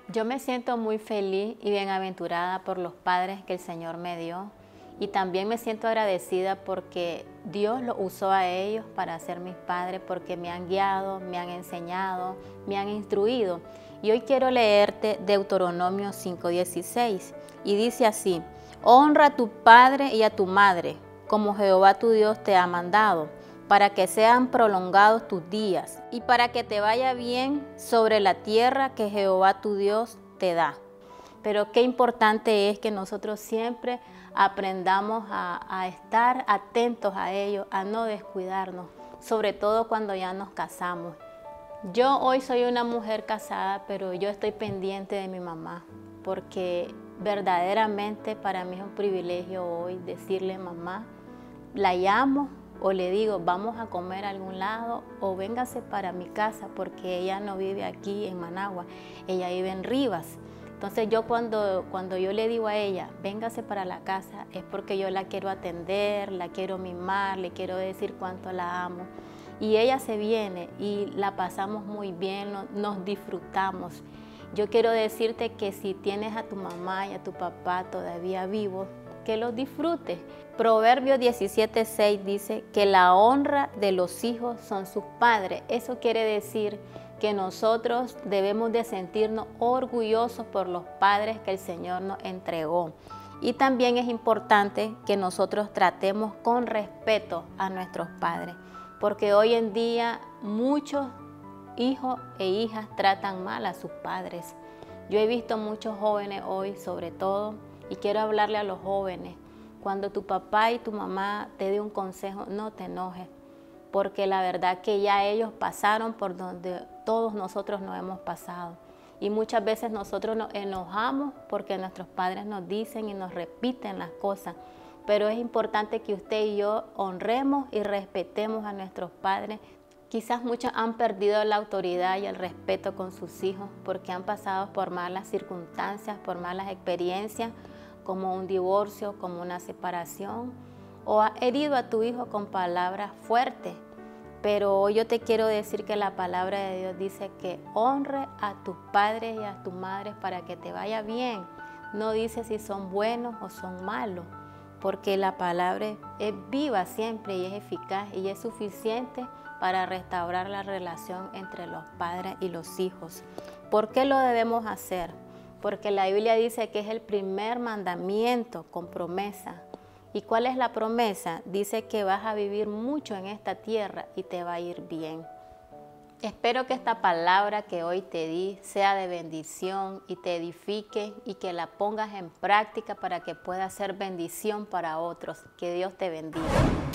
Yo me siento muy feliz y bienaventurada por los padres que el Señor me dio y también me siento agradecida porque Dios los usó a ellos para ser mis padres, porque me han guiado, me han enseñado, me han instruido. Y hoy quiero leerte Deuteronomio 5:16 y dice así: honra a tu padre y a tu madre, como Jehová tu Dios te ha mandado, para que sean prolongados tus días y para que te vaya bien sobre la tierra que Jehová tu Dios te da. Pero qué importante es que nosotros siempre aprendamos a estar atentos a ellos, a no descuidarnos, sobre todo cuando ya nos casamos. Yo hoy soy una mujer casada, pero yo estoy pendiente de mi mamá, porque verdaderamente para mí es un privilegio hoy decirle: mamá, la llamo o le digo vamos a comer a algún lado o véngase para mi casa, porque ella no vive aquí en Managua, ella vive en Rivas. Entonces yo cuando yo le digo a ella véngase para la casa es porque yo la quiero atender, la quiero mimar, le quiero decir cuánto la amo. Y ella se viene y la pasamos muy bien, nos disfrutamos. Yo quiero decirte que si tienes a tu mamá y a tu papá todavía vivos, que los disfrutes. Proverbios 17:6 dice que la honra de los hijos son sus padres. Eso quiere decir que nosotros debemos de sentirnos orgullosos por los padres que el Señor nos entregó. Y también es importante que nosotros tratemos con respeto a nuestros padres, porque hoy en día muchos hijos e hijas tratan mal a sus padres. Yo he visto muchos jóvenes hoy, sobre todo, y quiero hablarle a los jóvenes: cuando tu papá y tu mamá te den un consejo, no te enojes, porque la verdad que ya ellos pasaron por donde todos nosotros nos hemos pasado. Y muchas veces nosotros nos enojamos porque nuestros padres nos dicen y nos repiten las cosas. Pero es importante que usted y yo honremos y respetemos a nuestros padres. Quizás muchos han perdido la autoridad y el respeto con sus hijos porque han pasado por malas circunstancias, por malas experiencias, como un divorcio, como una separación, o ha herido a tu hijo con palabras fuertes. Pero hoy yo te quiero decir que la palabra de Dios dice que honre a tus padres y a tus madres para que te vaya bien. No dice si son buenos o son malos, porque la palabra es viva siempre y es eficaz y es suficiente para restaurar la relación entre los padres y los hijos. ¿Por qué lo debemos hacer? Porque la Biblia dice que es el primer mandamiento con promesa. ¿Y cuál es la promesa? Dice que vas a vivir mucho en esta tierra y te va a ir bien. Espero que esta palabra que hoy te di sea de bendición y te edifique y que la pongas en práctica para que pueda ser bendición para otros. Que Dios te bendiga.